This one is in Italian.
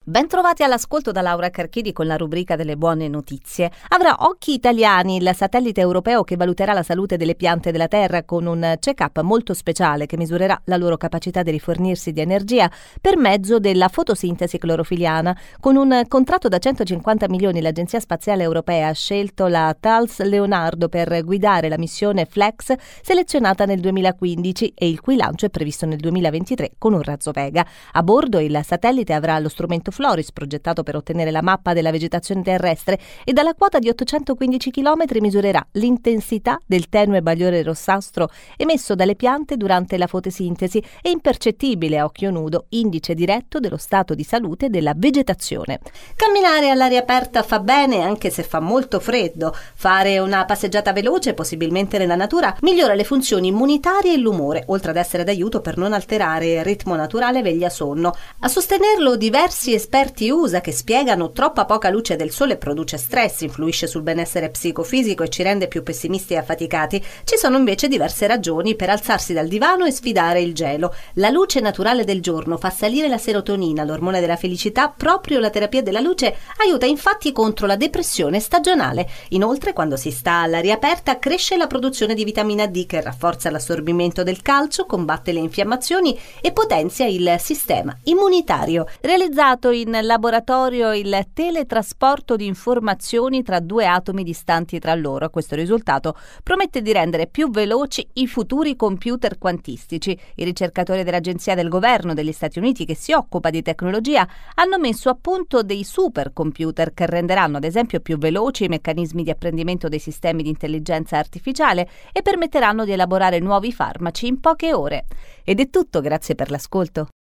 Bentrovati all'ascolto da Laura Carchidi con la rubrica delle buone notizie. Avrà Occhi Italiani, il satellite europeo che valuterà la salute delle piante della terra con un check-up molto speciale che misurerà la loro capacità di rifornirsi di energia per mezzo della fotosintesi clorofiliana. Con un contratto da 150 milioni l'Agenzia Spaziale Europea ha scelto la Thales Leonardo per guidare la missione FLEX selezionata nel 2015 e il cui lancio è previsto nel 2023 con un razzo Vega. A bordo il satellite avrà lo strumento Floris, progettato per ottenere la mappa della vegetazione terrestre, e dalla quota di 815 km misurerà l'intensità del tenue bagliore rossastro emesso dalle piante durante la fotosintesi e impercettibile a occhio nudo, indice diretto dello stato di salute della vegetazione. Camminare all'aria aperta fa bene anche se fa molto freddo. Fare una passeggiata veloce, possibilmente nella natura, migliora le funzioni immunitarie e l'umore, oltre ad essere d'aiuto per non alterare il ritmo naturale veglia-sonno. A sostenerlo diversi esperti USA che spiegano troppa poca luce del sole produce stress, influisce sul benessere psicofisico e ci rende più pessimisti e affaticati. Ci sono invece diverse ragioni per alzarsi dal divano e sfidare il gelo. La luce naturale del giorno fa salire la serotonina, l'ormone della felicità. Proprio la terapia della luce aiuta infatti contro la depressione stagionale. Inoltre, quando si sta all'aria aperta cresce la produzione di vitamina D che rafforza l'assorbimento del calcio, combatte le infiammazioni e potenzia il sistema immunitario. Realizzato in laboratorio il teletrasporto di informazioni tra due atomi distanti tra loro. Questo risultato promette di rendere più veloci i futuri computer quantistici. I ricercatori dell'Agenzia del Governo degli Stati Uniti che si occupa di tecnologia hanno messo a punto dei supercomputer che renderanno ad esempio più veloci i meccanismi di apprendimento dei sistemi di intelligenza artificiale e permetteranno di elaborare nuovi farmaci in poche ore. Ed è tutto, grazie per l'ascolto.